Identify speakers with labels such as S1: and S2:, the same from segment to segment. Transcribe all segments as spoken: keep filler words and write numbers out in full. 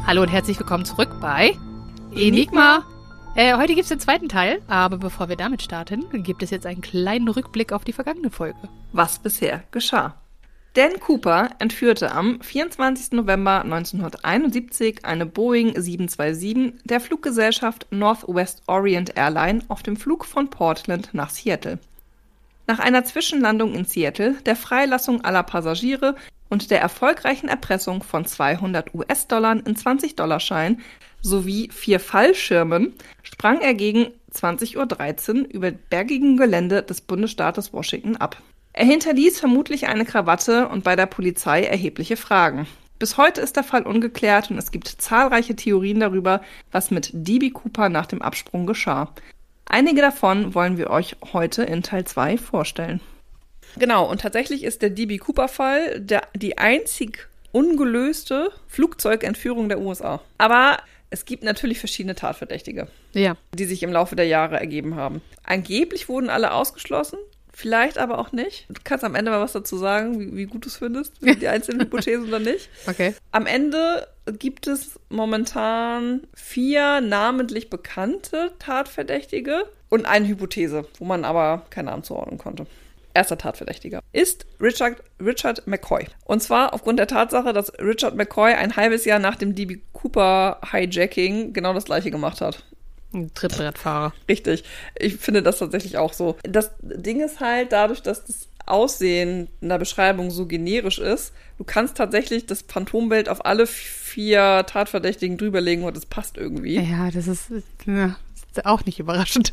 S1: Hallo und herzlich willkommen zurück bei Enigma. Äh, heute gibt es den zweiten Teil, aber bevor wir damit starten, gibt es jetzt einen kleinen Rückblick auf die vergangene Folge.
S2: Was bisher geschah. Dan Cooper entführte am vierundzwanzigsten November neunzehnhunderteinundsiebzig eine Boeing sieben zwei sieben der Fluggesellschaft Northwest Orient Airline auf dem Flug von Portland nach Seattle. Nach einer Zwischenlandung in Seattle, der Freilassung aller Passagiere und der erfolgreichen Erpressung von zweihundert US-Dollar in zwanzig-Dollar-Scheinen sowie vier Fallschirmen sprang er gegen zwanzig Uhr dreizehn über bergigem Gelände des Bundesstaates Washington ab. Er hinterließ vermutlich eine Krawatte und bei der Polizei erhebliche Fragen. Bis heute ist der Fall ungeklärt und es gibt zahlreiche Theorien darüber, was mit D B Cooper nach dem Absprung geschah. Einige davon wollen wir euch heute in Teil zwei vorstellen.
S3: Genau, und tatsächlich ist der D B Cooper-Fall der, die einzig ungelöste Flugzeugentführung der U S A. Aber es gibt natürlich verschiedene Tatverdächtige,
S1: Ja.
S3: die sich im Laufe der Jahre ergeben haben. Angeblich wurden alle ausgeschlossen, vielleicht aber auch nicht. Du kannst am Ende mal was dazu sagen, wie, wie gut du es findest, die einzelnen Hypothesen oder nicht.
S1: Okay.
S3: Am Ende gibt es momentan vier namentlich bekannte Tatverdächtige und eine Hypothese, wo man aber keinen Namen zuordnen konnte. Erster Tatverdächtiger ist Richard, Richard McCoy. Und zwar aufgrund der Tatsache, dass Richard McCoy ein halbes Jahr nach dem D B Cooper-Hijacking genau das gleiche gemacht hat.
S1: Ein Trittbrettfahrer.
S3: Richtig. Ich finde das tatsächlich auch so. Das Ding ist halt, dadurch, dass das Aussehen in der Beschreibung so generisch ist, du kannst tatsächlich das Phantombild auf alle vier Tatverdächtigen drüberlegen und es passt irgendwie.
S1: Ja, das ist, ja, ist auch nicht überraschend.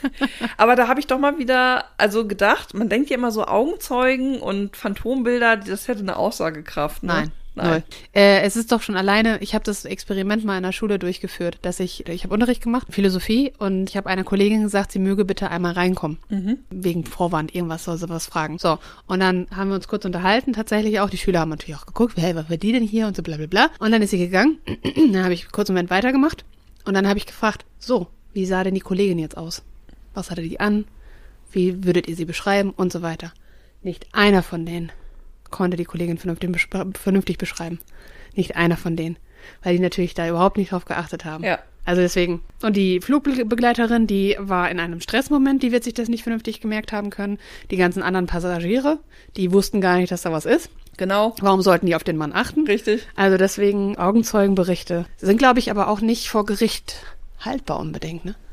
S3: Aber da habe ich doch mal wieder also gedacht, man denkt ja immer so Augenzeugen und Phantombilder, das hätte eine Aussagekraft. Ne?
S1: Nein.
S3: Nein.
S1: Äh, es ist doch schon alleine, ich habe das Experiment mal in der Schule durchgeführt, dass ich, ich habe Unterricht gemacht, Philosophie, und ich habe einer Kollegin gesagt, sie möge bitte einmal reinkommen.
S3: Mhm.
S1: Wegen Vorwand, irgendwas soll sie was fragen. So, und dann haben wir uns kurz unterhalten, tatsächlich auch. Die Schüler haben natürlich auch geguckt, hey, was war die denn hier und so bla bla bla. Und dann ist sie gegangen, dann habe ich kurz einen Moment weitergemacht und dann habe ich gefragt, so, wie sah denn die Kollegin jetzt aus? Was hatte die an? Wie würdet ihr sie beschreiben? Und so weiter. Nicht einer von denen konnte die Kollegin vernünftig, besch- vernünftig beschreiben. Nicht einer von denen. Weil die natürlich da überhaupt nicht drauf geachtet haben.
S3: Ja.
S1: Also deswegen. Und die Flugbegleiterin, die war in einem Stressmoment, die wird sich das nicht vernünftig gemerkt haben können. Die ganzen anderen Passagiere, die wussten gar nicht, dass da was ist.
S3: Genau.
S1: Warum sollten die auf den Mann achten?
S3: Richtig.
S1: Also deswegen Augenzeugenberichte sind, glaube ich, aber auch nicht vor Gericht haltbar unbedingt, ne?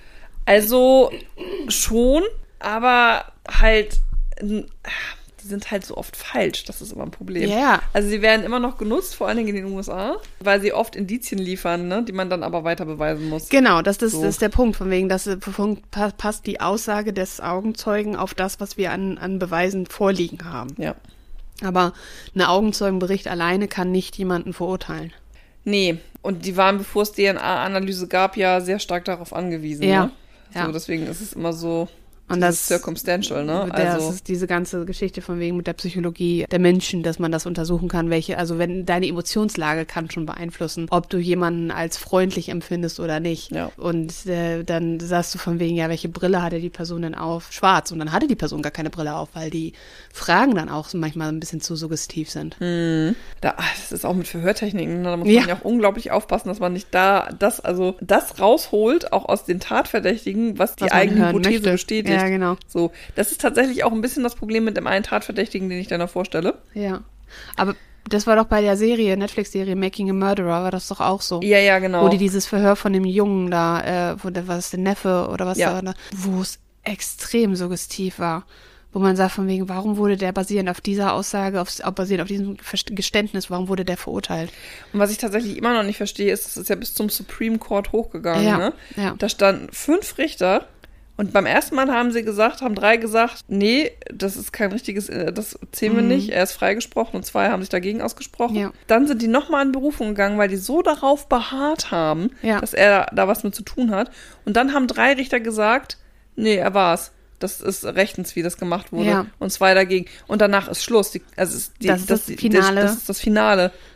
S3: Also schon, aber halt, die sind halt so oft falsch. Das ist immer ein Problem.
S1: Ja. Yeah.
S3: Also sie werden immer noch genutzt, vor allen Dingen in den U S A, weil sie oft Indizien liefern, ne, die man dann aber weiter beweisen muss.
S1: Genau, das, das,
S3: So.
S1: das ist der Punkt, von wegen, dass passt die Aussage des Augenzeugen auf das, was wir an, an Beweisen vorliegen haben.
S3: Ja.
S1: Aber ein Augenzeugenbericht alleine kann nicht jemanden verurteilen.
S3: Nee, und die waren, bevor es D N A-Analyse gab, ja sehr stark darauf angewiesen.
S1: Ja.
S3: Ne? So,
S1: Ja.
S3: deswegen ist es immer so
S1: Und
S3: dieses
S1: das
S3: circumstantial, ne?
S1: Das
S3: Also
S1: ist diese ganze Geschichte von wegen mit der Psychologie der Menschen, dass man das untersuchen kann, welche, also wenn deine Emotionslage kann schon beeinflussen, ob du jemanden als freundlich empfindest oder nicht.
S3: Ja.
S1: Und äh, dann sagst du von wegen, ja, welche Brille hatte die Person denn auf? Schwarz. Und dann hatte die Person gar keine Brille auf, weil die Fragen dann auch manchmal ein bisschen zu suggestiv sind.
S3: Mhm. Da, das ist auch mit Verhörtechniken, ne? Da muss
S1: Ja.
S3: man ja auch unglaublich aufpassen, dass man nicht da das, also das rausholt, auch aus den Tatverdächtigen, was die
S1: Was man
S3: eigene
S1: hören
S3: Hypothese
S1: möchte.
S3: bestätigt.
S1: Ja, genau.
S3: So, das ist tatsächlich auch ein bisschen das Problem mit dem einen Tatverdächtigen, den ich dir noch vorstelle.
S1: Ja. Aber das war doch bei der Serie, Netflix-Serie Making a Murderer, war das doch auch so.
S3: Ja, ja, genau.
S1: Wo die dieses Verhör von dem Jungen da, äh, wo der, was, der Neffe oder was
S3: Ja.
S1: da, wo es extrem suggestiv war. Wo man sagt von wegen, warum wurde der basierend auf dieser Aussage, auf, basierend auf diesem Geständnis, warum wurde der verurteilt?
S3: Und was ich tatsächlich immer noch nicht verstehe, ist, es ist ja bis zum Supreme Court hochgegangen,
S1: Ja,
S3: ne?
S1: ja.
S3: Da standen fünf Richter und beim ersten Mal haben sie gesagt, haben drei gesagt, nee, das ist kein richtiges, äh, das zählen wir
S1: Mhm.
S3: nicht, er ist freigesprochen, und zwei haben sich dagegen ausgesprochen.
S1: Ja.
S3: Dann sind die nochmal in Berufung gegangen, weil die so darauf beharrt haben,
S1: Ja.
S3: dass er da, da was mit zu tun hat. Und dann haben drei Richter gesagt, nee, er war's. Das ist rechtens, wie das gemacht wurde.
S1: Ja.
S3: Und zwei dagegen. Und danach ist Schluss. Die, also ist die,
S1: Das ist das Finale.
S3: Das, das ist das Finale.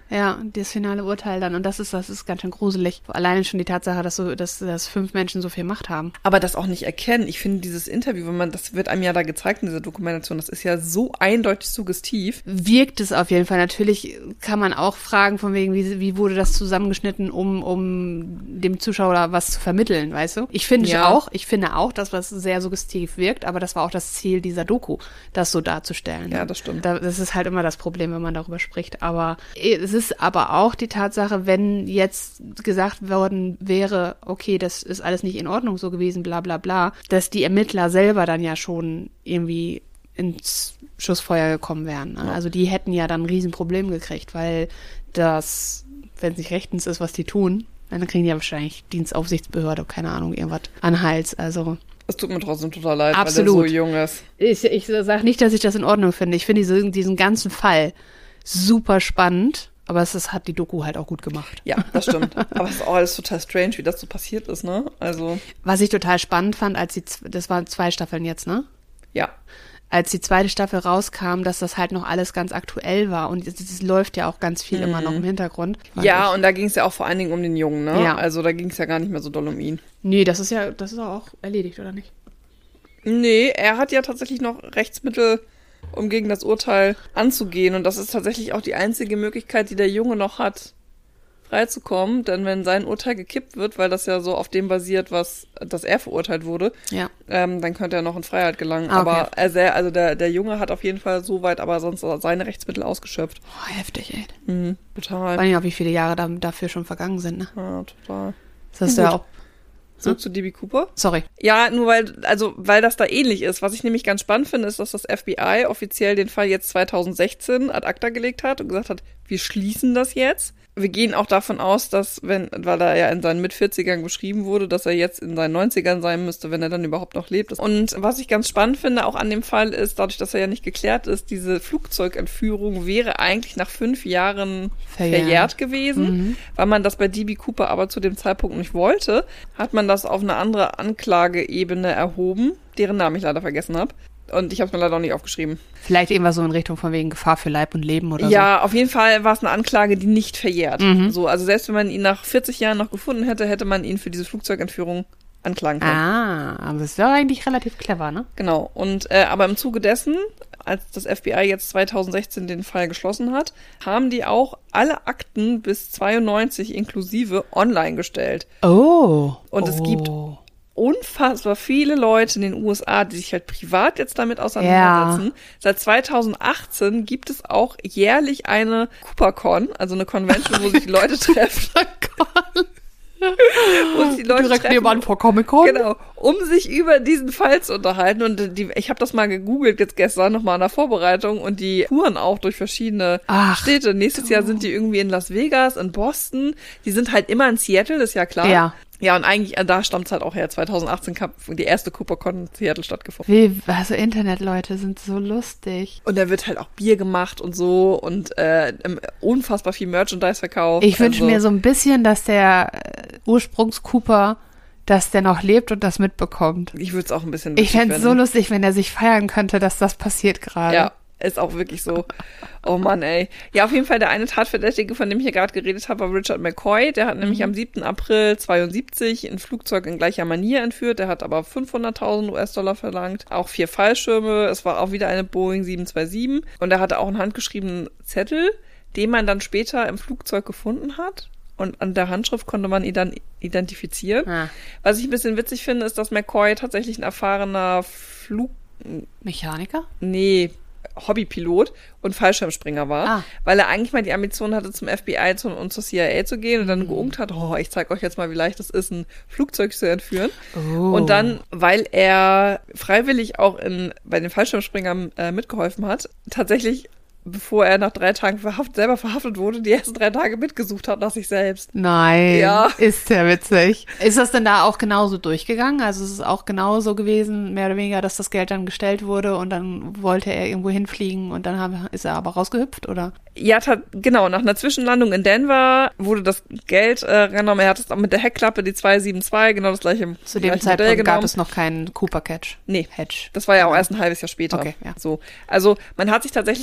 S1: Ja, das finale Urteil dann. Und das ist, das ist ganz schön gruselig. Alleine schon die Tatsache, dass so, dass, dass fünf Menschen so viel Macht haben.
S3: Aber das auch nicht erkennen. Ich finde dieses Interview, wenn man, das wird einem ja da gezeigt in dieser Dokumentation, das ist ja so eindeutig suggestiv.
S1: Wirkt es auf jeden Fall. Natürlich kann man auch fragen, von wegen, wie, wie wurde das zusammengeschnitten, um, um dem Zuschauer was zu vermitteln, weißt du? Ich finde
S3: Ja.
S1: auch, ich finde auch, dass das sehr suggestiv wirkt, aber das war auch das Ziel dieser Doku, das so darzustellen.
S3: Ja, das stimmt.
S1: Da, das ist halt immer das Problem, wenn man darüber spricht. Aber es ist aber auch die Tatsache, wenn jetzt gesagt worden wäre, okay, das ist alles nicht in Ordnung so gewesen, bla bla bla, dass die Ermittler selber dann ja schon irgendwie ins Schussfeuer gekommen wären. Ne?
S3: Ja.
S1: Also die hätten ja dann ein Riesenproblem gekriegt, weil das, wenn es nicht rechtens ist, was die tun, dann kriegen die ja wahrscheinlich Dienstaufsichtsbehörde, keine Ahnung, irgendwas an Hals. Also
S3: Es tut mir trotzdem total leid,
S1: Absolut.
S3: weil der so jung ist.
S1: ich, ich sage nicht, dass ich das in Ordnung finde. Ich finde diese, diesen ganzen Fall super spannend, aber es ist, hat die Doku halt auch gut gemacht.
S3: Ja, das stimmt. Aber es ist auch alles total strange, wie das so passiert ist, ne? Also,
S1: Was ich total spannend fand, als die, z- das waren zwei Staffeln jetzt, ne?
S3: ja.
S1: Als die zweite Staffel rauskam, dass das halt noch alles ganz aktuell war und es, es läuft ja auch ganz viel immer noch im Hintergrund. Fand
S3: Ja,
S1: ich.
S3: und da ging es ja auch vor allen Dingen um den Jungen, ne?
S1: Ja.
S3: Also da ging es ja gar nicht mehr so doll um ihn.
S1: Nee, das ist ja, das ist auch erledigt, oder nicht?
S3: Nee, er hat ja tatsächlich noch Rechtsmittel, um gegen das Urteil anzugehen. Und das ist tatsächlich auch die einzige Möglichkeit, die der Junge noch hat, freizukommen. Denn wenn sein Urteil gekippt wird, weil das ja so auf dem basiert, was, dass er verurteilt wurde,
S1: Ja.
S3: ähm, dann könnte er noch in Freiheit gelangen.
S1: Ah, okay.
S3: Aber er sehr, also der, der Junge hat auf jeden Fall soweit aber sonst seine Rechtsmittel ausgeschöpft.
S1: Oh, heftig, ey.
S3: Mhm,
S1: Vor
S3: total.
S1: allem auch, wie viele Jahre da, dafür schon vergangen sind, ne?
S3: Ja, total.
S1: Das hast du
S3: Gut.
S1: ja auch.
S3: So zu D B Cooper.
S1: Sorry.
S3: Ja, nur weil, also, weil das da ähnlich ist. Was ich nämlich ganz spannend finde, ist, dass das F B I offiziell den Fall jetzt zwanzig sechzehn ad acta gelegt hat und gesagt hat, wir schließen das jetzt. Wir gehen auch davon aus, dass, wenn, weil er ja in seinen Mit-vierzigern beschrieben wurde, dass er jetzt in seinen neunzigern sein müsste, wenn er dann überhaupt noch lebt. Und was ich ganz spannend finde, auch an dem Fall ist, dadurch, dass er ja nicht geklärt ist, diese Flugzeugentführung wäre eigentlich nach fünf Jahren
S1: Verjährt.
S3: verjährt gewesen.
S1: Mhm.
S3: Weil man das bei D B Cooper aber zu dem Zeitpunkt nicht wollte, hat man das auf eine andere Anklageebene erhoben, deren Namen ich leider vergessen habe. Und ich habe es mir leider auch nicht aufgeschrieben.
S1: Vielleicht irgendwas so in Richtung von wegen Gefahr für Leib und Leben oder
S3: Ja, auf jeden Fall war es eine Anklage, die nicht verjährt.
S1: Mhm.
S3: So, also selbst wenn man ihn nach vierzig Jahren noch gefunden hätte, hätte man ihn für diese Flugzeugentführung anklagen
S1: so.
S3: können.
S1: Ah, aber das ist ja eigentlich relativ clever, ne?
S3: Genau. Und äh, aber im Zuge dessen, als das F B I jetzt zwanzig sechzehn den Fall geschlossen hat, haben die auch alle Akten bis zweiundneunzig inklusive online gestellt.
S1: Oh.
S3: Und
S1: oh.
S3: es gibt unfassbar viele Leute in den U S A, die sich halt privat jetzt damit auseinandersetzen.
S1: Ja.
S3: Seit zweitausendachtzehn gibt es auch jährlich eine CooperCon, also eine Convention, wo sich die Leute treffen. wo sich die Leute
S1: Direkt
S3: treffen,
S1: nebenan vor Comic-Con.
S3: genau, um sich über diesen Fall zu unterhalten. Und die, ich habe das mal gegoogelt jetzt gestern nochmal in der Vorbereitung und die touren auch durch verschiedene
S1: Ach,
S3: Städte. Nächstes Jahr sind die irgendwie in Las Vegas, in Boston. Die sind halt immer in Seattle, das ist ja klar.
S1: Ja.
S3: Ja, und eigentlich, äh, da stammt's halt auch her. zweitausendachtzehn kam die erste CooperCon in Seattle stattgefunden.
S1: Wie, also Internetleute sind so lustig.
S3: Und da wird halt auch Bier gemacht und so und äh, unfassbar viel Merchandise verkauft.
S1: Ich wünsche
S3: also,
S1: mir so ein bisschen, dass der äh, Ursprungs-Cooper, dass der noch lebt und das mitbekommt.
S3: Ich würde es auch ein bisschen
S1: Ich fände es so
S3: finden.
S1: lustig, wenn er sich feiern könnte, dass das passiert gerade.
S3: Ja, ist auch wirklich so. Oh Mann, ey. Ja, auf jeden Fall der eine Tatverdächtige, von dem ich hier gerade geredet habe, war Richard McCoy. Der hat nämlich am siebten April zweiundsiebzig ein Flugzeug in gleicher Manier entführt. Der hat aber fünfhunderttausend US-Dollar verlangt. Auch vier Fallschirme. Es war auch wieder eine Boeing sieben zwei sieben. Und er hatte auch einen handgeschriebenen Zettel, den man dann später im Flugzeug gefunden hat. Und an der Handschrift konnte man ihn dann identifizieren.
S1: Ah.
S3: Was ich ein bisschen witzig finde, ist, dass McCoy tatsächlich ein erfahrener Flug...
S1: Mechaniker?
S3: Nee, Hobbypilot und Fallschirmspringer war,
S1: Ah.
S3: weil er eigentlich mal die Ambition hatte, zum F B I zum, und zur C I A zu gehen und dann geungt hat, oh, ich zeige euch jetzt mal, wie leicht es ist, ein Flugzeug zu entführen.
S1: Oh.
S3: Und dann, weil er freiwillig auch in, bei den Fallschirmspringern äh, mitgeholfen hat, tatsächlich, bevor er nach drei Tagen verhaft, selber verhaftet wurde, die ersten drei Tage mitgesucht hat nach sich selbst.
S1: Nein,
S3: Ja.
S1: ist ja witzig. Ist das denn da auch genauso durchgegangen? Also ist es auch genauso gewesen, mehr oder weniger, dass das Geld dann gestellt wurde und dann wollte er irgendwo hinfliegen und dann haben, ist er aber rausgehüpft, oder?
S3: Ja, ta- genau, nach einer Zwischenlandung in Denver wurde das Geld äh, genommen. Er hat es auch mit der Heckklappe, die zwei sieben zwei, genau das gleiche
S1: Zu dem
S3: gleiche
S1: Zeitpunkt
S3: Modell
S1: gab
S3: genommen.
S1: es noch keinen Cooper Catch.
S3: Nee.
S1: Hedge.
S3: Das war ja auch erst ein halbes Jahr später.
S1: Okay, ja.
S3: So. Also man hat sich tatsächlich auch erst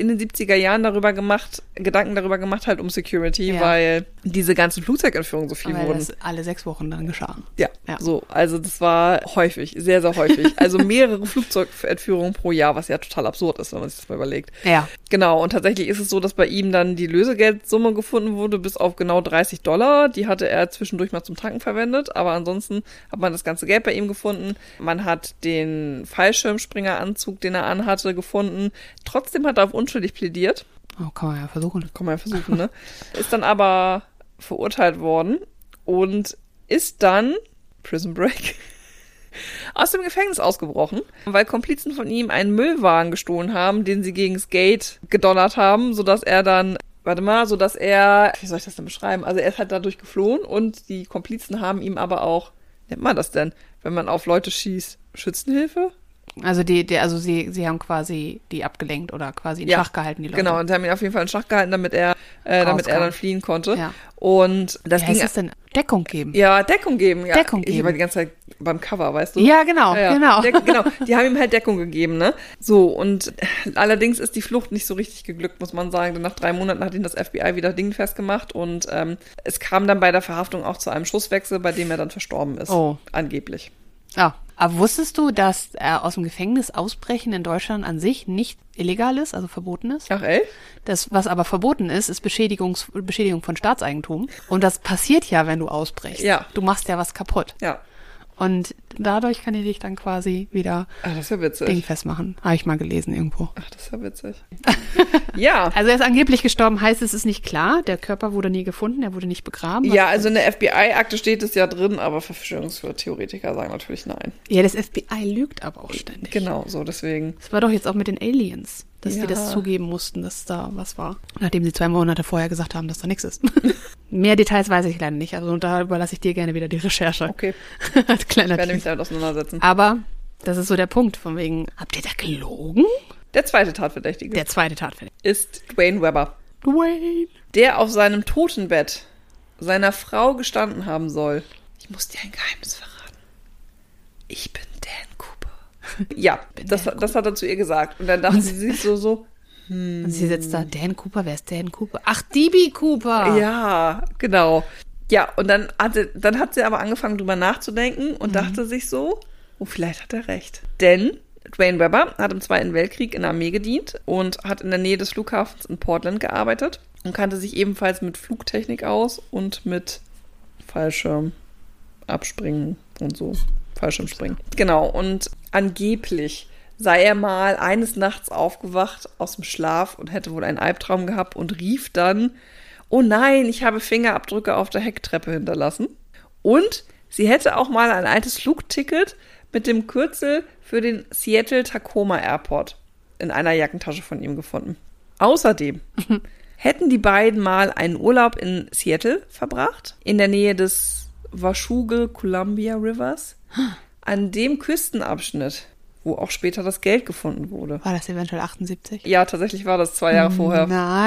S3: in den siebziger Jahren darüber gemacht, Gedanken darüber gemacht halt um Security,
S1: Ja.
S3: weil diese ganzen Flugzeugentführungen so viel
S1: Weil
S3: wurden.
S1: das alle sechs Wochen dann geschah.
S3: Ja,
S1: Ja.
S3: so, also das war häufig, sehr, sehr häufig. Also mehrere Flugzeugentführungen pro Jahr, was ja total absurd ist, wenn man sich das mal überlegt.
S1: Ja.
S3: Genau, und tatsächlich ist es so, dass bei ihm dann die Lösegeldsumme gefunden wurde, bis auf genau dreißig Dollar. Die hatte er zwischendurch mal zum Tanken verwendet, aber ansonsten hat man das ganze Geld bei ihm gefunden. Man hat den Fallschirmspringeranzug, den er anhatte, gefunden. Trotzdem hat er auf unschuldig plädiert.
S1: Oh, kann man ja versuchen.
S3: Kann man ja versuchen, ne? Ist dann aber verurteilt worden und ist dann, Prison Break, aus dem Gefängnis ausgebrochen, weil Komplizen von ihm einen Müllwagen gestohlen haben, den sie gegens Gate gedonnert haben, sodass er dann, warte mal, sodass er, wie soll ich das denn beschreiben? Also er ist halt dadurch geflohen und die Komplizen haben ihm aber auch, wie nennt man das denn, wenn man auf Leute schießt, Schützenhilfe?
S1: Also die, die, also sie, sie haben quasi die abgelenkt oder quasi in
S3: Ja,
S1: Schach gehalten, die Leute.
S3: Genau, und sie haben ihn auf jeden Fall in Schach gehalten, damit er, äh, damit er
S1: Rauskam.
S3: dann fliehen konnte.
S1: Ja.
S3: Und das
S1: Wie heißt
S3: ging,
S1: das denn? Deckung geben.
S3: ja, Deckung geben. Ja.
S1: Deckung
S3: Ich
S1: geben.
S3: war die ganze Zeit beim Cover, weißt du?
S1: Ja, genau,
S3: Ja, ja.
S1: genau.
S3: Deck, genau, die haben ihm halt Deckung gegeben, ne? So, und allerdings ist die Flucht nicht so richtig geglückt, muss man sagen. Denn nach drei Monaten hat ihn das F B I wieder dingfest gemacht und ähm, es kam dann bei der Verhaftung auch zu einem Schusswechsel, bei dem er dann verstorben ist.
S1: Oh.
S3: Angeblich.
S1: Ah, aber wusstest du, dass äh, aus dem Gefängnis ausbrechen in Deutschland an sich nicht illegal ist, also verboten ist?
S3: Ach, ey?
S1: Das, was aber verboten ist, ist Beschädigungs Beschädigung von Staatseigentum. Und das passiert ja, wenn du ausbrichst.
S3: Ja.
S1: Du machst ja was kaputt.
S3: Ja.
S1: Und dadurch kann die dich dann quasi wieder
S3: Ach, das ist ja witzig.
S1: dingfest machen. Habe ich mal gelesen irgendwo.
S3: Ach, das ist ja witzig. Ja.
S1: Also er ist angeblich gestorben, heißt es ist nicht klar. Der Körper wurde nie gefunden, er wurde nicht begraben.
S3: Ja, also in der F B I-Akte steht es ja drin, aber Verschwörungstheoretiker sagen natürlich nein.
S1: Ja, das F B I lügt aber auch ständig.
S3: Genau, so deswegen.
S1: Das war doch jetzt auch mit den Aliens, dass
S3: Ja.
S1: die das zugeben mussten, dass da was war. Nachdem sie zwei Monate vorher gesagt haben, dass da nichts ist. Mehr Details weiß ich leider nicht. Also da überlasse ich dir gerne wieder die Recherche.
S3: Okay,
S1: Als kleiner
S3: ich werde mich
S1: Tipp.
S3: damit auseinandersetzen.
S1: Aber das ist so der Punkt, von wegen, habt ihr da gelogen?
S3: Der zweite Tatverdächtige
S1: Der zweite Tatverdächtige.
S3: ist Dwayne Webber,
S1: Dwayne.
S3: der auf seinem Totenbett seiner Frau gestanden haben soll. Ich muss dir ein Geheimnis verraten. Ich bin Dan Cooper. Ja, das, das hat er zu ihr gesagt. Und dann dachte sie sich so, so,
S1: Und sie sitzt da, Dan Cooper, wer ist Dan Cooper? Ach, D B Cooper.
S3: ja, genau. Ja, und dann hatte, dann hat sie aber angefangen, drüber nachzudenken und dachte sich so, oh, vielleicht hat er recht. Denn Dwayne Webber hat im Zweiten Weltkrieg in der Armee gedient und hat in der Nähe des Flughafens in Portland gearbeitet und kannte sich ebenfalls mit Flugtechnik aus und mit Fallschirm abspringen und so. Fallschirmspringen. Genau, und angeblich sei er mal eines Nachts aufgewacht aus dem Schlaf und hätte wohl einen Albtraum gehabt und rief dann, oh nein, ich habe Fingerabdrücke auf der Hecktreppe hinterlassen. Und sie hätte auch mal ein altes Flugticket mit dem Kürzel für den Seattle-Tacoma Airport in einer Jackentasche von ihm gefunden. Außerdem hätten die beiden mal einen Urlaub in Seattle verbracht, in der Nähe des Washougal-Columbia Rivers, an dem Küstenabschnitt, wo auch später das Geld gefunden wurde.
S1: War das eventuell achtundsiebzig?
S3: Ja, tatsächlich war das zwei Jahre vorher.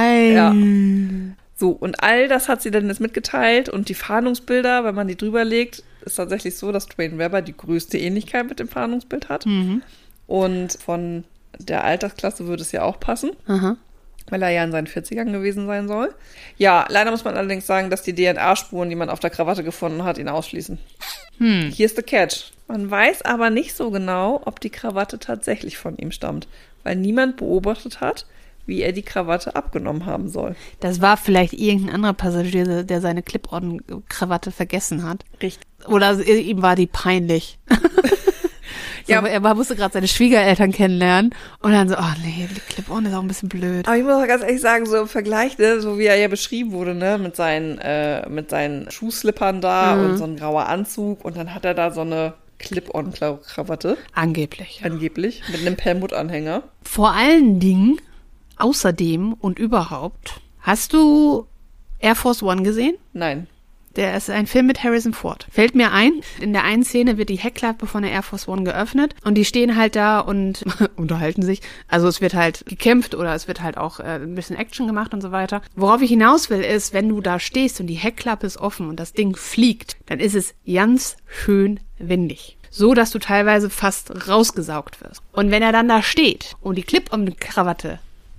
S1: Nein.
S3: So, und all das hat sie dann jetzt mitgeteilt und die Fahndungsbilder, wenn man die drüber legt, ist tatsächlich so, dass Dwayne Webber die größte Ähnlichkeit mit dem Fahndungsbild hat.
S1: Mhm.
S3: Und von der Altersklasse würde es ja auch passen,
S1: Aha.
S3: weil er ja in seinen vierzigern gewesen sein soll. Ja, leider muss man allerdings sagen, dass die D N A-Spuren, die man auf der Krawatte gefunden hat, ihn ausschließen.
S1: Hm.
S3: Hier ist the catch. Man weiß aber nicht so genau, ob die Krawatte tatsächlich von ihm stammt, weil niemand beobachtet hat, wie er die Krawatte abgenommen haben soll.
S1: Das war vielleicht irgendein anderer Passagier, der seine Clip-on-Krawatte vergessen hat.
S3: Richtig.
S1: Oder ihm war die peinlich. So,
S3: Ja.
S1: er war- musste gerade seine Schwiegereltern kennenlernen und dann so, oh nee, Clip-on ist auch ein bisschen blöd.
S3: Aber ich muss auch ganz ehrlich sagen, so im Vergleich, ne, so wie er ja beschrieben wurde, ne, mit seinen, äh, mit seinen Schuhslippern da
S1: Mhm.
S3: und so ein grauer Anzug und dann hat er da so eine Clip-on-Krawatte,
S1: Angeblich. Ja.
S3: angeblich, mit einem Perlmutt-Anhänger.
S1: Vor allen Dingen, außerdem und überhaupt, hast du Air Force One gesehen?
S3: Nein.
S1: Der ist ein Film mit Harrison Ford. Fällt mir ein, in der einen Szene wird die Heckklappe von der Air Force One geöffnet und die stehen halt da und unterhalten sich. Also es wird halt gekämpft oder es wird halt auch äh, ein bisschen Action gemacht und so weiter. Worauf ich hinaus will ist, wenn du da stehst und die Heckklappe ist offen und das Ding fliegt, dann ist es ganz schön windig. So, dass du teilweise fast rausgesaugt wirst. Und wenn er dann da steht und die Clip-on-Krawatte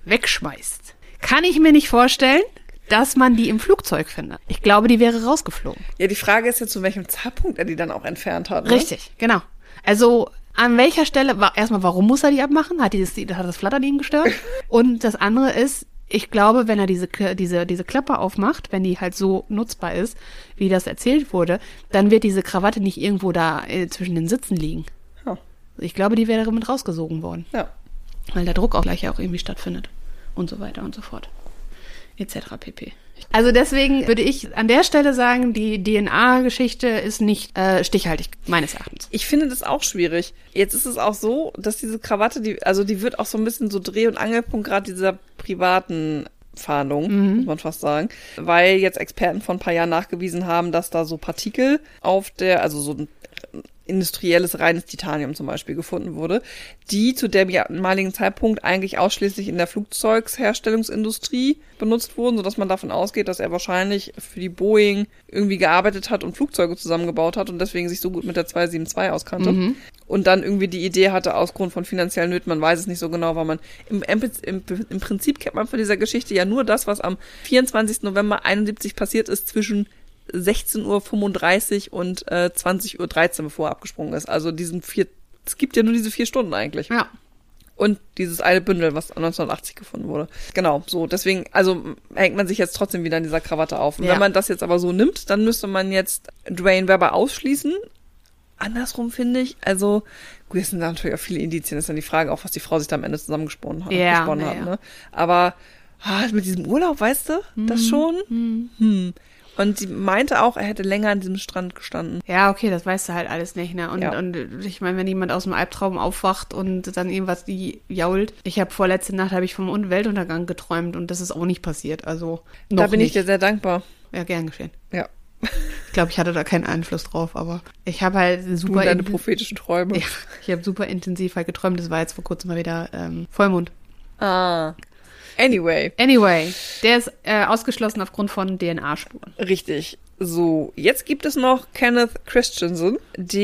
S1: wegschmeißt, kann ich mir nicht vorstellen, dass man die im Flugzeug findet. Ich glaube, die wäre rausgeflogen.
S3: Ja, die Frage ist jetzt, zu welchem Zeitpunkt er die dann auch entfernt hat. Ne?
S1: Richtig, genau. Also an welcher Stelle, war, erstmal, warum muss er die abmachen? Hat, die das, hat das Flattern ihn gestört? Und das andere ist, ich glaube, wenn er diese, diese, diese Klappe aufmacht, wenn die halt so nutzbar ist, wie das erzählt wurde, dann wird diese Krawatte nicht irgendwo da äh, zwischen den Sitzen liegen.
S3: Ja.
S1: Ich glaube, die wäre damit rausgesogen worden.
S3: Ja.
S1: Weil der Druck auch gleich auch irgendwie stattfindet. Und so weiter und so fort. Etc. pp. Also deswegen würde ich an der Stelle sagen, die D N A-Geschichte ist nicht äh, stichhaltig, meines Erachtens.
S3: Ich finde das auch schwierig. Jetzt ist es auch so, dass diese Krawatte, die, also die wird auch so ein bisschen so Dreh- und Angelpunkt gerade dieser privaten Fahndung, mhm. muss man fast sagen. Weil jetzt Experten vor ein paar Jahren nachgewiesen haben, dass da so Partikel auf der, also so ein industrielles, reines Titanium zum Beispiel gefunden wurde, die zu dem damaligen Zeitpunkt eigentlich ausschließlich in der Flugzeugsherstellungsindustrie benutzt wurden, sodass man davon ausgeht, dass er wahrscheinlich für die Boeing irgendwie gearbeitet hat und Flugzeuge zusammengebaut hat und deswegen sich so gut mit der zwei sieben zwei auskannte. Mhm. Und dann irgendwie die Idee hatte, aus Grund von finanziellen Nöten, man weiß es nicht so genau, weil man im, im, im Prinzip kennt man von dieser Geschichte ja nur das, was am vierundzwanzigsten November einundsiebzig passiert ist zwischen sechzehn Uhr fünfunddreißig und äh, zwanzig Uhr dreizehn, bevor er abgesprungen ist. Also diesen vier, es gibt ja nur diese vier Stunden eigentlich.
S1: Ja.
S3: Und dieses eine Bündel, was neunzehnhundertachtzig gefunden wurde. Genau, so. Deswegen, also hängt man sich jetzt trotzdem wieder in dieser Krawatte auf. Und ja. wenn man das jetzt aber so nimmt, dann müsste man jetzt Dwayne Webber ausschließen. Andersrum finde ich, also, gut, es sind natürlich auch viele Indizien, das ist dann die Frage auch, was die Frau sich da am Ende zusammengesponnen hat.
S1: Ja,
S3: gesponnen
S1: ja,
S3: hat
S1: ja.
S3: Ne? Aber ah, mit diesem Urlaub, weißt du, hm. das schon? Hm. Hm. Und sie meinte auch, er hätte länger an diesem Strand gestanden.
S1: Ja, okay, das weißt du halt alles nicht, ne? Und,
S3: ja.
S1: und ich meine, wenn jemand aus dem Albtraum aufwacht und dann irgendwas die jault. Ich habe vorletzte Nacht habe ich vom Weltuntergang geträumt und das ist auch nicht passiert. Also noch
S3: Da bin
S1: nicht.
S3: ich dir sehr dankbar.
S1: Ja, gern geschehen.
S3: Ja.
S1: Ich glaube, ich hatte da keinen Einfluss drauf, aber ich habe halt super...
S3: Du deine prophetischen Träume.
S1: Ja, ich habe super intensiv halt geträumt. Das war jetzt vor kurzem mal wieder ähm, Vollmond.
S3: Ah. Anyway.
S1: Anyway, der ist äh, ausgeschlossen aufgrund von D N A-Spuren.
S3: Richtig. So, jetzt gibt es noch Kenneth Christensen,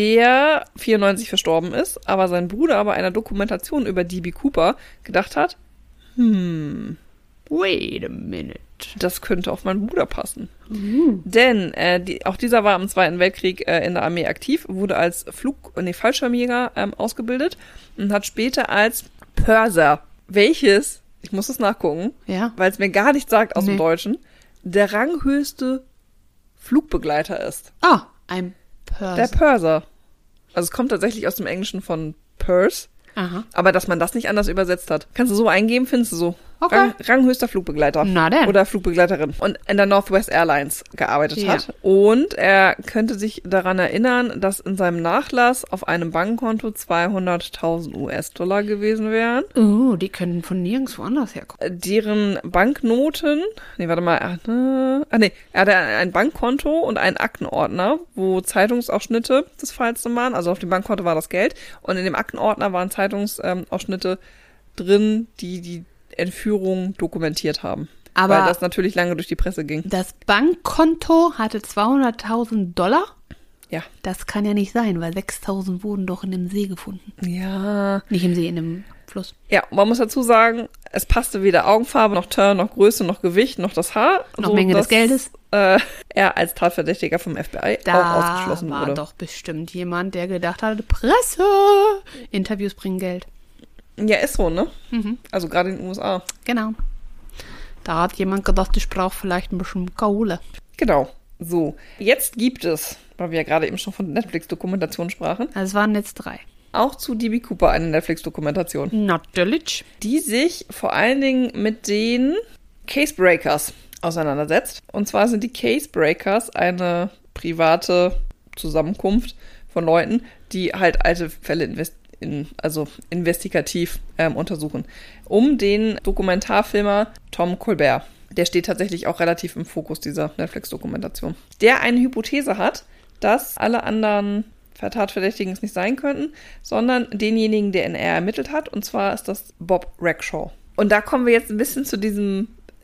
S3: der vierundneunzig verstorben ist, aber sein Bruder aber einer Dokumentation über D B Cooper gedacht hat, hm,
S1: wait a minute.
S3: Das könnte auf meinen Bruder passen. Mhm. Denn äh, die, auch dieser war im Zweiten Weltkrieg äh, in der Armee aktiv, wurde als Flug- nee, Fallschirmjäger ähm, ausgebildet und hat später als Purser, welches, ich muss es nachgucken,
S1: ja.
S3: weil es mir gar nichts sagt aus
S1: nee.
S3: dem Deutschen, der ranghöchste Flugbegleiter ist.
S1: Ah, ein Purser.
S3: Der Purser. Also es kommt tatsächlich aus dem Englischen von Purse.
S1: Aha.
S3: Aber dass man das nicht anders übersetzt hat. Kannst du so eingeben, findest du so.
S1: Okay.
S3: Rang, ranghöchster Flugbegleiter.
S1: Na denn.
S3: Oder Flugbegleiterin. Und in der Northwest Airlines gearbeitet
S1: ja.
S3: hat. Und er könnte sich daran erinnern, dass in seinem Nachlass auf einem Bankkonto zweihunderttausend U S-Dollar gewesen wären.
S1: Oh, die können von nirgendwo anders herkommen.
S3: Deren Banknoten, nee, warte mal, äh, ah nee, er hatte ein Bankkonto und einen Aktenordner, wo Zeitungsausschnitte des Falls waren. Also auf dem Bankkonto war das Geld. Und in dem Aktenordner waren Zeitungsausschnitte drin, die die Entführung dokumentiert haben.
S1: Aber
S3: weil das natürlich lange durch die Presse ging.
S1: Das Bankkonto hatte zweihunderttausend Dollar?
S3: Ja.
S1: Das kann ja nicht sein, weil sechstausend wurden doch in dem See gefunden.
S3: Ja.
S1: Nicht im See, in dem Fluss.
S3: Ja, man muss dazu sagen, es passte weder Augenfarbe, noch Turn, noch Größe, noch Gewicht, noch das Haar.
S1: Noch
S3: so,
S1: Menge
S3: dass,
S1: des Geldes.
S3: Äh, er als Tatverdächtiger vom F B I
S1: da
S3: auch ausgeschlossen
S1: war
S3: wurde.
S1: Da war doch bestimmt jemand, der gedacht hat, Presse, Interviews bringen Geld.
S3: Ja, ist so, ne?
S1: Mhm.
S3: Also gerade in den U S A.
S1: Genau. Da hat jemand gedacht, ich brauche vielleicht ein bisschen Kohle.
S3: Genau. So, jetzt gibt es, weil wir ja gerade eben schon von Netflix-Dokumentationen sprachen.
S1: Also es waren jetzt drei.
S3: Auch zu D B Cooper eine Netflix-Dokumentation.
S1: Natürlich.
S3: Die sich vor allen Dingen mit den Case Breakers auseinandersetzt. Und zwar sind die Case Breakers eine private Zusammenkunft von Leuten, die halt alte Fälle investieren. In, also investigativ ähm, untersuchen, um den Dokumentarfilmer Tom Colbert. Der steht tatsächlich auch relativ im Fokus dieser Netflix-Dokumentation. Der eine Hypothese hat, dass alle anderen Tatverdächtigen es nicht sein könnten, sondern denjenigen, der N R ermittelt hat, und zwar ist das Bob Ragshaw. Und da kommen wir jetzt ein bisschen zu diesem,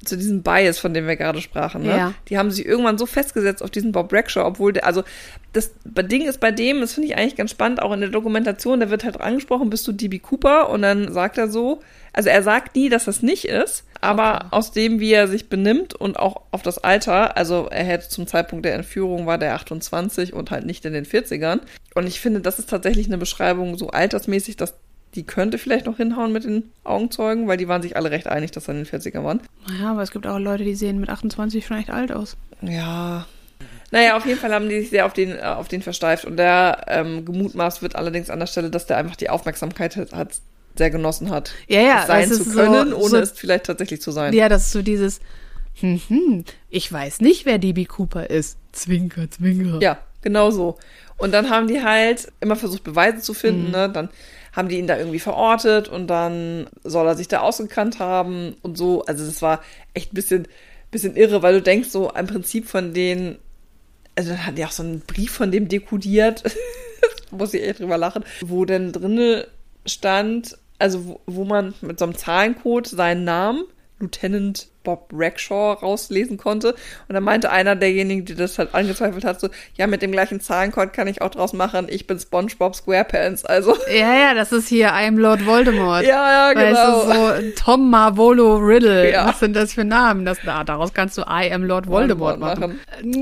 S3: zu diesem Bias, von dem wir gerade sprachen, ne?
S1: Ja.
S3: Die haben sich irgendwann so festgesetzt auf diesen Bob Bradshaw, obwohl der, also das Ding ist bei dem, das finde ich eigentlich ganz spannend, auch in der Dokumentation, da wird halt angesprochen, bist du D B Cooper? Und dann sagt er so, also er sagt nie, dass das nicht ist, aber
S1: Okay.
S3: aus dem, wie er sich benimmt und auch auf das Alter, also er hätte zum Zeitpunkt der Entführung war der achtundzwanzig und halt nicht in den vierzigern. Und ich finde, das ist tatsächlich eine Beschreibung so altersmäßig, dass die könnte vielleicht noch hinhauen mit den Augenzeugen, weil die waren sich alle recht einig, dass er in den vierzigern waren.
S1: Naja, aber es gibt auch Leute, die sehen mit achtundzwanzig schon echt alt aus.
S3: Ja. Naja, auf jeden Fall haben die sich sehr auf den, äh, auf den versteift. Und der ähm, gemutmaßt wird allerdings an der Stelle, dass der einfach die Aufmerksamkeit hat, hat sehr genossen hat.
S1: Ja, ja,
S3: es sein
S1: das
S3: zu
S1: ist
S3: können,
S1: so-
S3: ohne
S1: so-
S3: es vielleicht tatsächlich zu sein.
S1: Ja, das ist so dieses, hm, hm, ich weiß nicht, wer D B Cooper ist. Zwinker, zwinker.
S3: Ja, genau so. Und dann haben die halt immer versucht, Beweise zu finden,
S1: Mhm.
S3: ne? Dann haben die ihn da irgendwie verortet und dann soll er sich da ausgekannt haben und so. Also das war echt ein bisschen, bisschen irre, weil du denkst so im Prinzip von den, also dann hatten die auch so einen Brief von dem dekodiert, muss ich echt drüber lachen, wo denn drinne stand, also wo, wo man mit so einem Zahlencode seinen Namen, Lieutenant Bob Bradshaw, rauslesen konnte. Und dann meinte einer derjenigen, die das halt angezweifelt hat, so, ja, mit dem gleichen Zahlencode kann ich auch draus machen, ich bin SpongeBob SquarePants, also.
S1: Ja, ja, das ist hier I am Lord Voldemort.
S3: Ja, ja,
S1: Weil
S3: genau.
S1: es ist so Tom Marvolo Riddle.
S3: Ja.
S1: Was sind das für Namen? Das, na, daraus kannst du I am Lord Voldemort machen.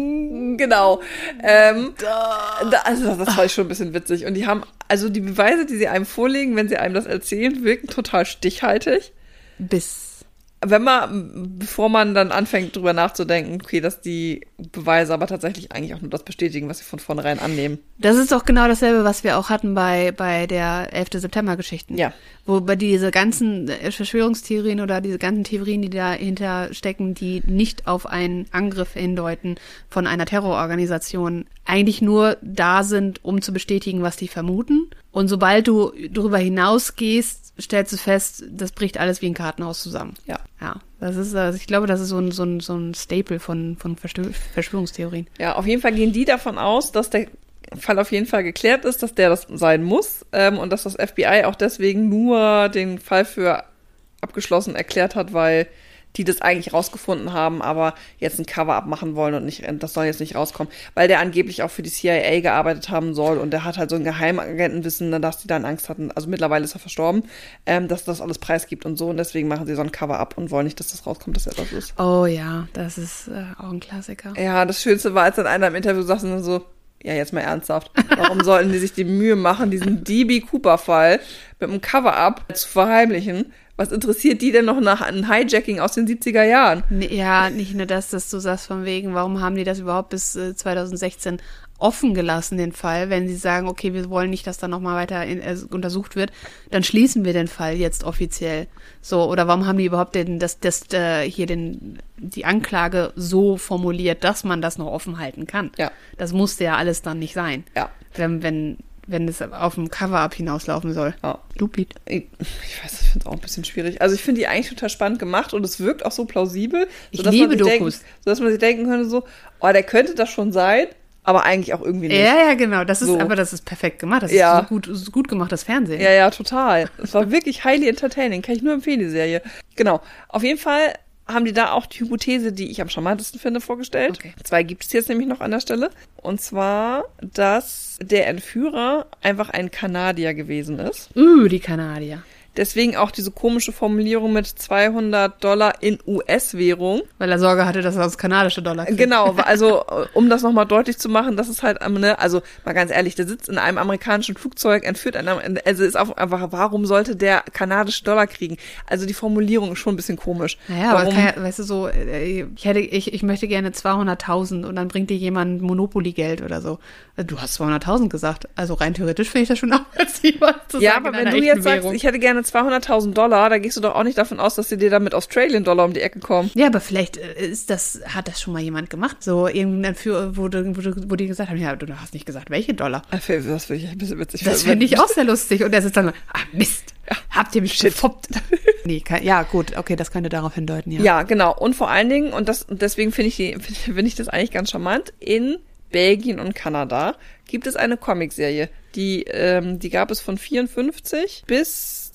S3: Genau. Ähm, da, also das fand ich schon ein bisschen witzig. Und die haben, also die Beweise, die sie einem vorlegen, wenn sie einem das erzählen, wirken total stichhaltig.
S1: Bis.
S3: Wenn man, bevor man dann anfängt, drüber nachzudenken, okay, dass die Beweise aber tatsächlich eigentlich auch nur das bestätigen, was sie von vornherein annehmen.
S1: Das ist doch genau dasselbe, was wir auch hatten bei, bei der elften September-Geschichten.
S3: Ja.
S1: Wo bei diese ganzen Verschwörungstheorien oder diese ganzen Theorien, die dahinter stecken, die nicht auf einen Angriff hindeuten von einer Terrororganisation, eigentlich nur da sind, um zu bestätigen, was die vermuten. Und sobald du darüber hinausgehst, stellst du fest, das bricht alles wie ein Kartenhaus zusammen.
S3: Ja.
S1: Ja, das ist, also ich glaube, das ist so ein, so ein, so ein Staple von, von Verstö- Verschwörungstheorien.
S3: Ja, auf jeden Fall gehen die davon aus, dass der Fall auf jeden Fall geklärt ist, dass der das sein muss ähm, und dass das F B I auch deswegen nur den Fall für abgeschlossen erklärt hat, weil die das eigentlich rausgefunden haben, aber jetzt ein Cover-up machen wollen und nicht, das soll jetzt nicht rauskommen, weil der angeblich auch für die C I A gearbeitet haben soll und der hat halt so ein Geheimagentenwissen, dass die dann Angst hatten, also mittlerweile ist er verstorben, ähm, dass das alles preisgibt und so und deswegen machen sie so ein Cover-up und wollen nicht, dass das rauskommt, dass er das ist.
S1: Oh ja, das ist äh, auch ein Klassiker.
S3: Ja, das Schönste war, als dann einer im Interview sagte dann so, ja, jetzt mal ernsthaft, warum sollten die sich die Mühe machen, diesen D B Cooper-Fall mit einem Cover-up zu verheimlichen? Was interessiert die denn noch nach einem Hijacking aus den siebziger Jahren?
S1: Nee, ja, nicht nur das, dass du sagst von wegen, warum haben die das überhaupt bis äh, zwanzig sechzehn offen gelassen, den Fall, wenn sie sagen, okay, wir wollen nicht, dass da nochmal weiter in, äh, untersucht wird, dann schließen wir den Fall jetzt offiziell. So, oder warum haben die überhaupt den, das, das, äh, hier den, die Anklage so formuliert, dass man das noch offen halten kann?
S3: Ja.
S1: Das musste ja alles dann nicht sein.
S3: Ja.
S1: Wenn, wenn, wenn es auf dem Cover-Up hinauslaufen soll.
S3: Ja.
S1: Stupid.
S3: Ich, ich weiß, ich finde es auch ein bisschen schwierig. Also ich finde die eigentlich total spannend gemacht und es wirkt auch so plausibel.
S1: Ich
S3: sodass
S1: liebe
S3: man sich
S1: Dokus.
S3: Denken, sodass man sich denken könnte so, oh, der könnte das schon sein, aber eigentlich auch irgendwie nicht.
S1: Ja, ja, genau. Das ist,
S3: So.
S1: aber das ist perfekt gemacht. Das
S3: Ja.
S1: ist so gut, so gut gemachtes Fernsehen.
S3: Ja, ja, total. Es war wirklich highly entertaining. Kann ich nur empfehlen, die Serie. Genau. Auf jeden Fall haben die da auch die Hypothese, die ich am charmantesten finde, vorgestellt.
S1: Okay.
S3: Zwei gibt es jetzt nämlich noch an der Stelle. Und zwar, dass der Entführer einfach ein Kanadier gewesen ist.
S1: Uh, die Kanadier.
S3: Deswegen auch diese komische Formulierung mit zweihundert Dollar in U S-Währung.
S1: Weil er Sorge hatte, dass er aus kanadische Dollar kriegt.
S3: Genau, also um das nochmal deutlich zu machen, das ist halt, ne, also mal ganz ehrlich, der sitzt in einem amerikanischen Flugzeug, entführt einen, also ist auch einfach, warum sollte der kanadische Dollar kriegen? Also die Formulierung ist schon ein bisschen komisch.
S1: Naja, aber
S3: warum?
S1: kann ja, weißt du so, äh, ich hätte, ich, ich möchte gerne zweihunderttausend und dann bringt dir jemand Monopoly-Geld oder so. Du hast zweihunderttausend gesagt. Also rein theoretisch finde ich das schon nachvollziehbar zu
S3: Ja,
S1: sagen,
S3: aber
S1: in
S3: wenn
S1: einer
S3: du
S1: echten
S3: jetzt sagst,
S1: Währung.
S3: ich hätte gerne zweihunderttausend Dollar, da gehst du doch auch nicht davon aus, dass sie dir dann mit Australian Dollar um die Ecke kommen.
S1: Ja, aber vielleicht äh, ist das, hat das schon mal jemand gemacht. So irgendein Für, wo, du, wo, du, wo die gesagt haben, ja, du hast nicht gesagt, welche Dollar.
S3: Das würde ich ein bisschen witzig
S1: Das
S3: finden.
S1: finde ich auch sehr lustig. Und er sitzt dann, ah Mist, habt ihr mich gefoppt? Nee, kann, ja gut, okay, das könnte darauf hindeuten, ja.
S3: Ja, genau. Und vor allen Dingen, und das, deswegen finde ich, die- finde ich das eigentlich ganz charmant, in Belgien und Kanada gibt es eine Comicserie. Die, ähm, die gab es von vierundfünfzig bis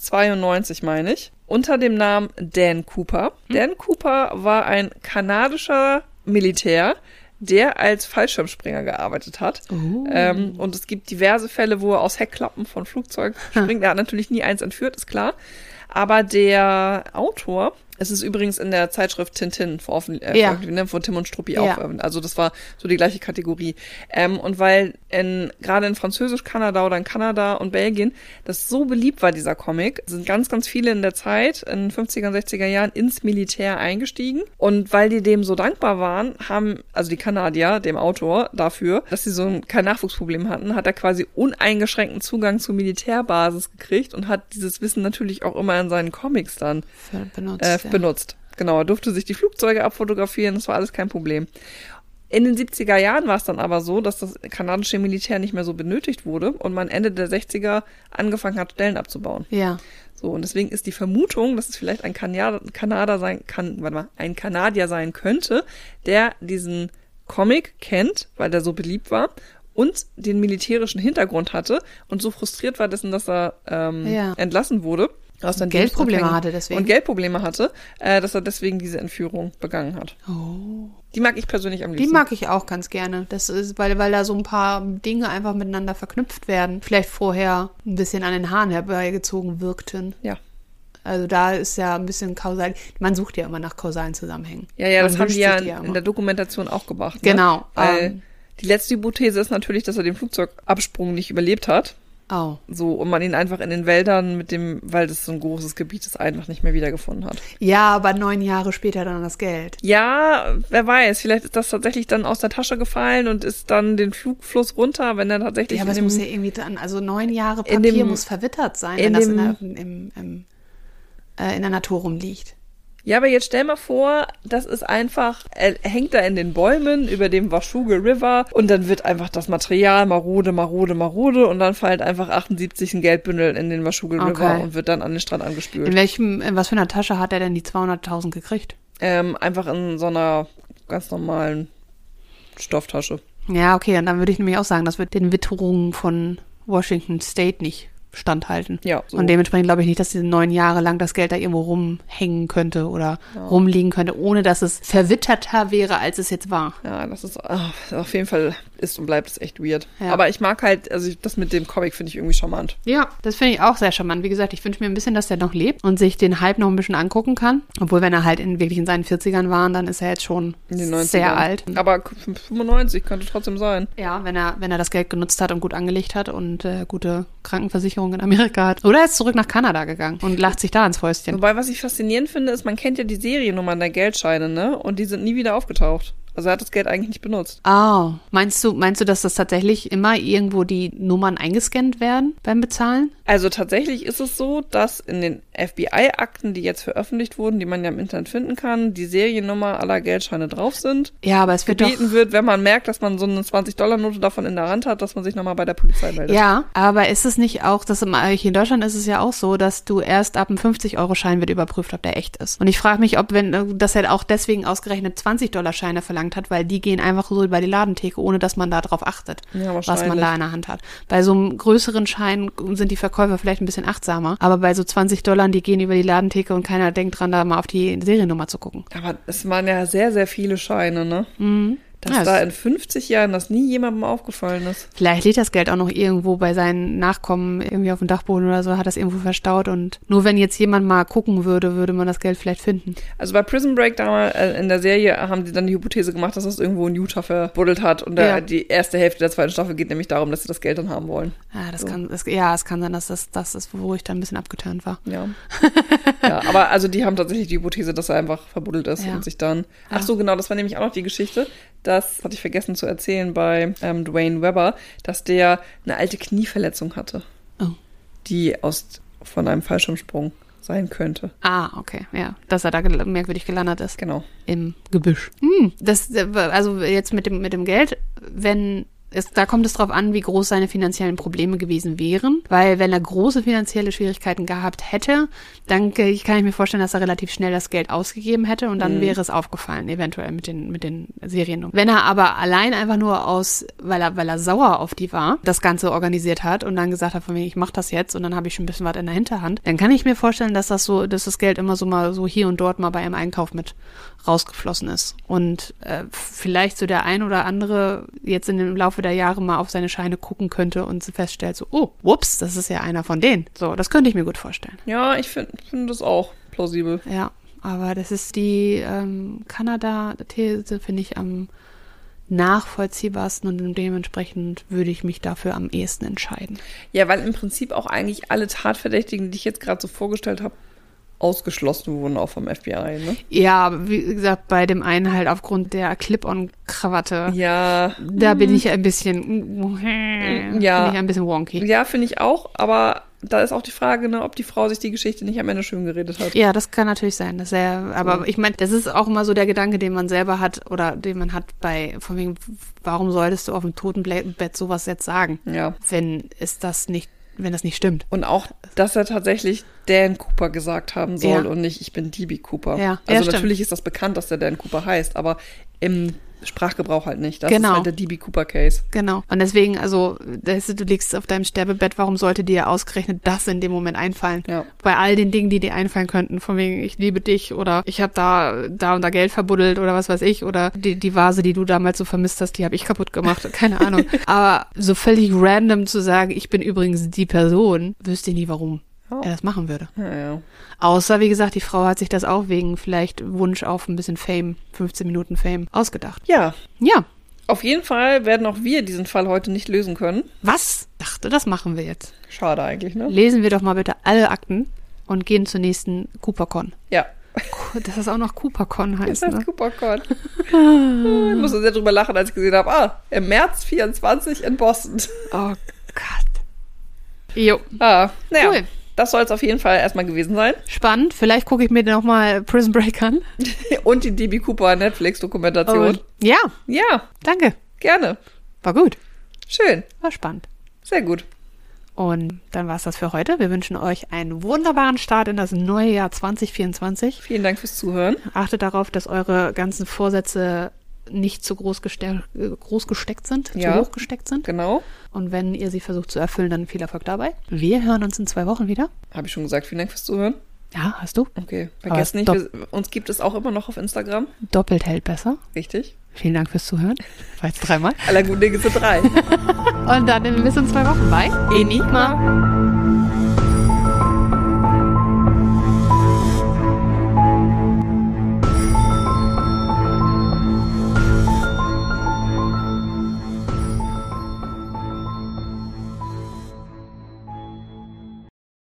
S3: neunzehnhundertzweiundneunzig, meine ich, unter dem Namen Dan Cooper. Hm? Dan Cooper war ein kanadischer Militär, der als Fallschirmspringer gearbeitet hat.
S1: Oh.
S3: Ähm, und es gibt diverse Fälle, wo er aus Heckklappen von Flugzeugen springt. Er hat natürlich nie eins entführt, ist klar. Aber der Autor, es ist übrigens in der Zeitschrift Tintin veröffentlicht, äh,
S1: ja.
S3: ne, von Tim und Struppi
S1: ja.
S3: auch veröffentlicht. Also das war so die gleiche Kategorie. Ähm, und weil in, gerade in Französisch-Kanada oder in Kanada und Belgien das so beliebt war, dieser Comic, sind ganz, ganz viele in der Zeit, in den fünfziger, sechziger Jahren, ins Militär eingestiegen. Und weil die dem so dankbar waren, haben, also die Kanadier, dem Autor, dafür, dass sie so ein, kein Nachwuchsproblem hatten, hat er quasi uneingeschränkten Zugang zur Militärbasis gekriegt und hat dieses Wissen natürlich auch immer in seinen Comics dann
S1: benutzt.
S3: Äh,
S1: ja.
S3: benutzt. Genau, er durfte sich die Flugzeuge abfotografieren, das war alles kein Problem. In den siebziger Jahren war es dann aber so, dass das kanadische Militär nicht mehr so benötigt wurde und man Ende der sechziger angefangen hat, Stellen abzubauen.
S1: Ja.
S3: So, und deswegen ist die Vermutung, dass es vielleicht ein Kanadier, Kanadier sein kann, warte mal, ein Kanadier sein könnte, der diesen Comic kennt, weil der so beliebt war und den militärischen Hintergrund hatte und so frustriert war dessen, dass er ähm,
S1: Ja.
S3: entlassen wurde. Aus den
S1: Geldprobleme
S3: Dienstanfängen
S1: hatte deswegen.
S3: Und Geldprobleme hatte, äh, dass er deswegen diese Entführung begangen hat.
S1: Oh.
S3: Die mag ich persönlich am
S1: Die
S3: liebsten.
S1: mag ich auch ganz gerne. Das ist, weil, weil da so ein paar Dinge einfach miteinander verknüpft werden. Vielleicht vorher ein bisschen an den Haaren herbeigezogen wirkten.
S3: Ja.
S1: Also da ist ja ein bisschen kausal. Man sucht ja immer nach kausalen Zusammenhängen.
S3: Ja, ja,
S1: Man
S3: das haben
S1: wünscht
S3: die ja
S1: sich
S3: in,
S1: immer.
S3: in der Dokumentation auch gemacht. Ne?
S1: Genau.
S3: Weil
S1: Ähm,
S3: die letzte Hypothese ist natürlich, dass er den Flugzeugabsprung nicht überlebt hat.
S1: oh.
S3: So, und man ihn einfach in den Wäldern mit dem, weil das so ein großes Gebiet ist, einfach nicht mehr wiedergefunden hat.
S1: Ja, aber neun Jahre später dann das Geld.
S3: Ja, wer weiß, vielleicht ist das tatsächlich dann aus der Tasche gefallen und ist dann den Flugfluss runter, wenn er tatsächlich.
S1: Ja, aber es
S3: im-
S1: muss ja irgendwie dann, also neun Jahre
S3: in
S1: Papier
S3: dem-
S1: muss verwittert sein,
S3: in
S1: wenn das in
S3: dem-
S1: der, im, im, äh, in der Natur rumliegt.
S3: Ja, aber jetzt stell mal vor, das ist einfach, er hängt da in den Bäumen über dem Washougal River und dann wird einfach das Material marode, marode, marode und dann fällt einfach achtundsiebzig ein Geldbündel in den Washougal River
S1: Okay.
S3: und wird dann an den Strand angespült.
S1: In welchem, in was für einer Tasche hat er denn die zweihunderttausend gekriegt?
S3: Ähm, einfach in so einer ganz normalen Stofftasche.
S1: Ja, okay, und dann würde ich nämlich auch sagen, das wird den Witterungen von Washington State nicht standhalten.
S3: Ja, so.
S1: Und dementsprechend glaube ich nicht, dass diese neun Jahre lang das Geld da irgendwo rumhängen könnte oder rumliegen könnte, ohne dass es verwitterter wäre, als es jetzt war.
S3: Ja, das ist ach, auf jeden Fall ist und bleibt es echt weird.
S1: Ja.
S3: Aber ich mag halt, also das mit dem Comic finde ich irgendwie charmant.
S1: Ja, das finde ich auch sehr charmant. Wie gesagt, ich wünsche mir ein bisschen, dass der noch lebt und sich den Hype noch ein bisschen angucken kann. Obwohl, wenn er halt in, wirklich in seinen vierzigern war, dann ist er jetzt schon
S3: In den neunzigern.
S1: sehr alt.
S3: Aber fünfundneunzig könnte trotzdem sein.
S1: Ja, wenn er, wenn er das Geld genutzt hat und gut angelegt hat und äh, gute Krankenversicherung in Amerika hat. Oder er ist zurück nach Kanada gegangen und lacht sich da ins Fäustchen.
S3: Wobei, was ich faszinierend finde, ist, man kennt ja die Seriennummern der Geldscheine, ne? Und die sind nie wieder aufgetaucht. Also er hat das Geld eigentlich nicht benutzt.
S1: Oh, meinst du, meinst du, dass das tatsächlich immer irgendwo die Nummern eingescannt werden beim Bezahlen?
S3: Also tatsächlich ist es so, dass in den F B I-Akten, die jetzt veröffentlicht wurden, die man ja im Internet finden kann, die Seriennummer aller Geldscheine drauf sind.
S1: Ja, aber es wird doch...
S3: Gebeten wird, wenn man merkt, dass man so eine zwanzig-Dollar-Note davon in der Hand hat, dass man sich nochmal bei der Polizei meldet.
S1: Ja, aber ist es nicht auch, dass im, hier in Deutschland ist es ja auch so, dass du erst ab einem fünfzig-Euro-Schein wird überprüft, ob der echt ist. Und ich frage mich, ob, wenn, dass er auch deswegen ausgerechnet zwanzig-Dollar-Scheine verlangt hat, weil die gehen einfach so über die Ladentheke, ohne dass man da drauf achtet,
S3: Ja,
S1: was man
S3: wahrscheinlich.
S1: da in der Hand hat. Bei so einem größeren Schein sind die Verkäufer vielleicht ein bisschen achtsamer, aber bei so zwanzig Dollar, die gehen über die Ladentheke und keiner denkt dran, da mal auf die Seriennummer zu gucken.
S3: Aber es waren ja sehr, sehr viele Scheine, ne?
S1: Mhm.
S3: Dass
S1: Ja,
S3: da
S1: es-
S3: in fünfzig Jahren das nie jemandem aufgefallen ist.
S1: Vielleicht liegt das Geld auch noch irgendwo bei seinen Nachkommen irgendwie auf dem Dachboden oder so, hat das irgendwo verstaut und nur wenn jetzt jemand mal gucken würde, würde man das Geld vielleicht finden.
S3: Also bei Prison Break damals äh, in der Serie haben die dann die Hypothese gemacht, dass das irgendwo in Utah verbuddelt hat. Und der,
S1: Ja.
S3: die erste Hälfte der zweiten Staffel geht nämlich darum, dass sie das Geld dann haben wollen.
S1: Ja, das
S3: So.
S1: kann, das, ja, es kann sein, dass das das ist, wo ich dann ein bisschen abgeturnt war.
S3: Ja. ja, aber also die haben tatsächlich die Hypothese, dass er einfach verbuddelt ist
S1: Ja.
S3: und sich dann. Ach
S1: Ja.
S3: so, genau, das war nämlich auch noch die Geschichte. Das hatte ich vergessen zu erzählen bei ähm, Dwayne Webber, dass der eine alte Knieverletzung hatte,
S1: Oh.
S3: die aus von einem Fallschirmsprung sein könnte.
S1: Ah, okay, ja, dass er da gel- merkwürdig gelandet ist
S3: Genau.
S1: im Gebüsch. Hm, das, äh, also jetzt mit dem mit dem Geld, wenn Es, da kommt es drauf an, wie groß seine finanziellen Probleme gewesen wären. Weil wenn er große finanzielle Schwierigkeiten gehabt hätte, dann kann ich mir vorstellen, dass er relativ schnell das Geld ausgegeben hätte und dann mhm. wäre es aufgefallen, eventuell mit den, mit den Serien. Wenn er aber allein einfach nur aus, weil er, weil er sauer auf die war, das Ganze organisiert hat und dann gesagt hat, von wegen, ich mach das jetzt und dann habe ich schon ein bisschen was in der Hinterhand, dann kann ich mir vorstellen, dass das so, dass das Geld immer so mal so hier und dort mal bei einem Einkauf mit rausgeflossen ist. Und äh, vielleicht so der ein oder andere jetzt in dem Laufe der Jahre mal auf seine Scheine gucken könnte und feststellt so, oh, whoops, das ist ja einer von denen. So, das könnte ich mir gut vorstellen.
S3: Ja, ich finde find das auch plausibel.
S1: Ja, aber das ist die ähm, Kanada-These, finde ich, am nachvollziehbarsten und dementsprechend würde ich mich dafür am ehesten entscheiden.
S3: Ja, weil im Prinzip auch eigentlich alle Tatverdächtigen, die ich jetzt gerade so vorgestellt habe, ausgeschlossen wurden auch vom F B I, ne?
S1: Ja, wie gesagt, bei dem einen halt aufgrund der Clip-on-Krawatte.
S3: Ja.
S1: Da bin ich ein bisschen,
S3: ja.
S1: bin ich ein bisschen wonky.
S3: Ja, finde ich auch, aber da ist auch die Frage, ne, ob die Frau sich die Geschichte nicht am Ende schön geredet hat.
S1: Ja, das kann natürlich sein. Dass er, aber so. Ich meine, das ist auch immer so der Gedanke, den man selber hat oder den man hat bei, von wegen, warum solltest du auf dem Totenbett sowas jetzt sagen?
S3: Ja.
S1: Wenn es das nicht wenn das nicht stimmt.
S3: Und auch, dass er tatsächlich Dan Cooper gesagt haben soll
S1: ja.
S3: und nicht, ich bin D B Cooper.
S1: Ja.
S3: Also
S1: ja,
S3: natürlich ist das bekannt, dass der Dan Cooper heißt, aber im Sprachgebrauch halt nicht. Das
S1: genau.
S3: ist halt der D B Cooper Case.
S1: Genau. Und deswegen, also, du liegst auf deinem Sterbebett, warum sollte dir ausgerechnet das in dem Moment einfallen?
S3: Ja.
S1: Bei all den Dingen, die dir einfallen könnten, von wegen, ich liebe dich oder ich habe da da und da Geld verbuddelt oder was weiß ich oder die, die Vase, die du damals so vermisst hast, die habe ich kaputt gemacht, keine Ahnung. Aber so völlig random zu sagen, ich bin übrigens die Person, wüsste ich nie, warum
S3: oh.
S1: er das machen würde.
S3: Ja, ja.
S1: Außer, wie gesagt, die Frau hat sich das auch wegen vielleicht Wunsch auf ein bisschen Fame, fünfzehn Minuten Fame, ausgedacht.
S3: Ja.
S1: Ja.
S3: Auf jeden Fall werden auch wir diesen Fall heute nicht lösen können.
S1: Was? Dachte, das machen wir jetzt.
S3: Schade eigentlich, ne?
S1: Lesen wir doch mal bitte alle Akten und gehen zur nächsten CooperCon.
S3: Ja.
S1: Dass das auch noch CooperCon heißt,
S3: das heißt
S1: ne?
S3: CooperCon. Ich musste sehr drüber lachen, als ich gesehen habe, ah, im März vierundzwanzig in Boston.
S1: Oh Gott. Jo.
S3: Ah, naja.
S1: Cool.
S3: Das soll es auf jeden Fall erstmal gewesen sein.
S1: Spannend. Vielleicht gucke ich mir noch mal Prison Break an.
S3: Und die D B Cooper Netflix-Dokumentation.
S1: Oh, ja.
S3: Ja.
S1: Danke.
S3: Gerne.
S1: War gut.
S3: Schön.
S1: War spannend.
S3: Sehr gut.
S1: Und dann war es das für heute. Wir wünschen euch einen wunderbaren Start in das neue Jahr zwanzig vierundzwanzig.
S3: Vielen Dank fürs Zuhören.
S1: Achtet darauf, dass eure ganzen Vorsätze nicht zu groß, geste- groß gesteckt sind,
S3: ja,
S1: zu hoch gesteckt sind.
S3: Genau.
S1: Und wenn ihr sie versucht zu erfüllen, dann viel Erfolg dabei. Wir hören uns in zwei Wochen wieder.
S3: Habe ich schon gesagt. Vielen Dank fürs Zuhören.
S1: Ja, hast du?
S3: Okay. Vergesst nicht, wir, uns gibt es auch immer noch auf Instagram.
S1: Doppelt hält besser.
S3: Richtig.
S1: Vielen Dank fürs Zuhören. War jetzt dreimal.
S3: Aller guten Dinge sind drei.
S1: Und dann bis in zwei Wochen bei Enigma.